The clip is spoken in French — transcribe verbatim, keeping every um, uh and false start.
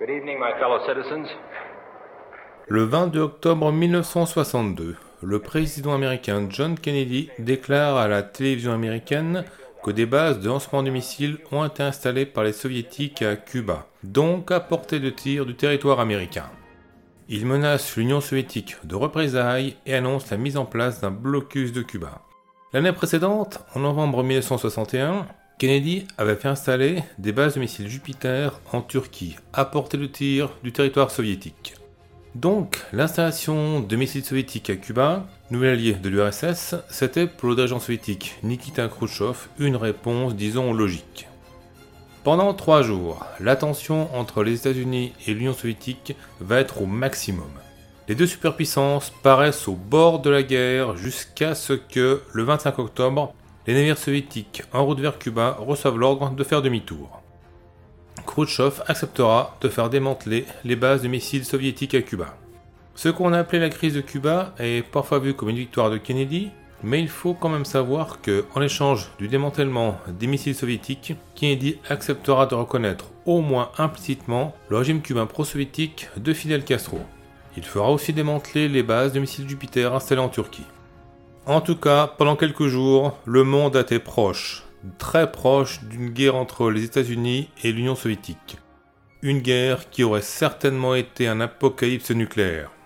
Good evening, my fellow citizens. Le vingt-deux octobre mille neuf cent soixante-deux, le président américain John Kennedy déclare à la télévision américaine que des bases de lancement de missiles ont été installées par les soviétiques à Cuba, donc à portée de tir du territoire américain. Il menace l'Union soviétique de représailles et annonce la mise en place d'un blocus de Cuba. L'année précédente, en novembre mille neuf cent soixante et un, Kennedy avait fait installer des bases de missiles Jupiter en Turquie, à portée de tir du territoire soviétique. Donc, l'installation de missiles soviétiques à Cuba, nouvel allié de l'U R S S, c'était pour le dirigeant soviétique Nikita Khrouchtchev une réponse, disons, logique. Pendant trois jours, la tension entre les États-Unis et l'Union soviétique va être au maximum. Les deux superpuissances paraissent au bord de la guerre jusqu'à ce que, le vingt-cinq octobre, les navires soviétiques en route vers Cuba reçoivent l'ordre de faire demi-tour. Khrouchtchev acceptera de faire démanteler les bases de missiles soviétiques à Cuba. Ce qu'on a appelé la crise de Cuba est parfois vu comme une victoire de Kennedy, mais il faut quand même savoir que, en échange du démantèlement des missiles soviétiques, Kennedy acceptera de reconnaître au moins implicitement le régime cubain pro-soviétique de Fidel Castro. Il fera aussi démanteler les bases de missiles Jupiter installées en Turquie. En tout cas, pendant quelques jours, le monde a été proche, très proche d'une guerre entre les États-Unis et l'Union soviétique. Une guerre qui aurait certainement été un apocalypse nucléaire.